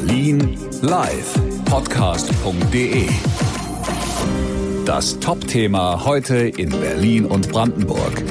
Berlin live podcast.de. Das Top-Thema heute in Berlin und Brandenburg.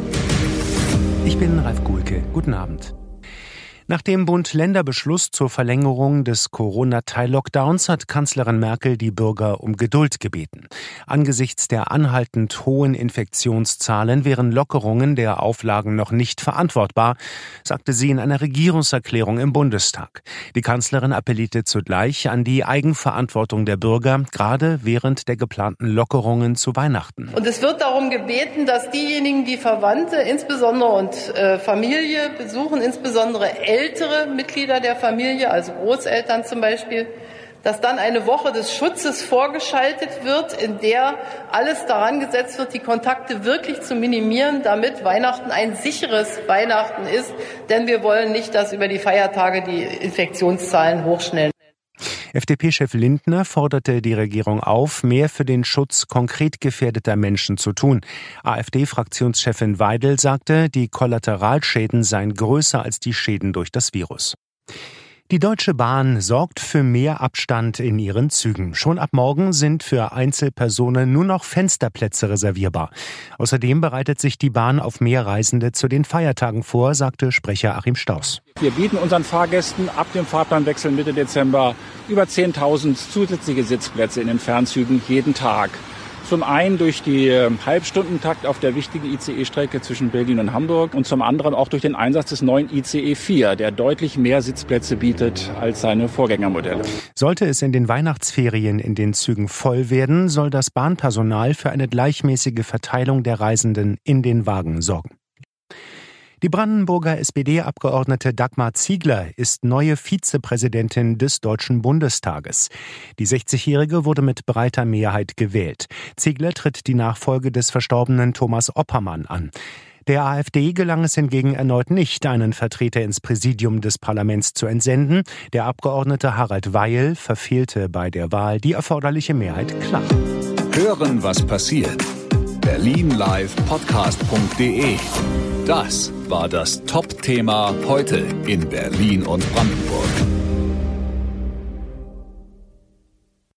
Ich bin Ralf Guhlke. Guten Abend. Nach dem Bund-Länder-Beschluss zur Verlängerung des Corona-Teil-Lockdowns hat Kanzlerin Merkel die Bürger um Geduld gebeten. Angesichts der anhaltend hohen Infektionszahlen wären Lockerungen der Auflagen noch nicht verantwortbar, sagte sie in einer Regierungserklärung im Bundestag. Die Kanzlerin appellierte zugleich an die Eigenverantwortung der Bürger, gerade während der geplanten Lockerungen zu Weihnachten. Und es wird darum gebeten, dass diejenigen, die Verwandte, insbesondere und Familie besuchen, insbesondere ältere Mitglieder der Familie, also Großeltern zum Beispiel, dass dann eine Woche des Schutzes vorgeschaltet wird, in der alles daran gesetzt wird, die Kontakte wirklich zu minimieren, damit Weihnachten ein sicheres Weihnachten ist. Denn wir wollen nicht, dass über die Feiertage die Infektionszahlen hochschnellen. FDP-Chef Lindner forderte die Regierung auf, mehr für den Schutz konkret gefährdeter Menschen zu tun. AfD-Fraktionschefin Weidel sagte, die Kollateralschäden seien größer als die Schäden durch das Virus. Die Deutsche Bahn sorgt für mehr Abstand in ihren Zügen. Schon ab morgen sind für Einzelpersonen nur noch Fensterplätze reservierbar. Außerdem bereitet sich die Bahn auf mehr Reisende zu den Feiertagen vor, sagte Sprecher Achim Stauß. Wir bieten unseren Fahrgästen ab dem Fahrplanwechsel Mitte Dezember über 10.000 zusätzliche Sitzplätze in den Fernzügen jeden Tag. Zum einen durch die Halbstundentakt auf der wichtigen ICE-Strecke zwischen Berlin und Hamburg und zum anderen auch durch den Einsatz des neuen ICE 4, der deutlich mehr Sitzplätze bietet als seine Vorgängermodelle. Sollte es in den Weihnachtsferien in den Zügen voll werden, soll das Bahnpersonal für eine gleichmäßige Verteilung der Reisenden in den Wagen sorgen. Die Brandenburger SPD-Abgeordnete Dagmar Ziegler ist neue Vizepräsidentin des Deutschen Bundestages. Die 60-Jährige wurde mit breiter Mehrheit gewählt. Ziegler tritt die Nachfolge des verstorbenen Thomas Oppermann an. Der AfD gelang es hingegen erneut nicht, einen Vertreter ins Präsidium des Parlaments zu entsenden. Der Abgeordnete Harald Weil verfehlte bei der Wahl die erforderliche Mehrheit klar. Hören, was passiert. Berlin live podcast.de. Das war das Top-Thema heute in Berlin und Brandenburg.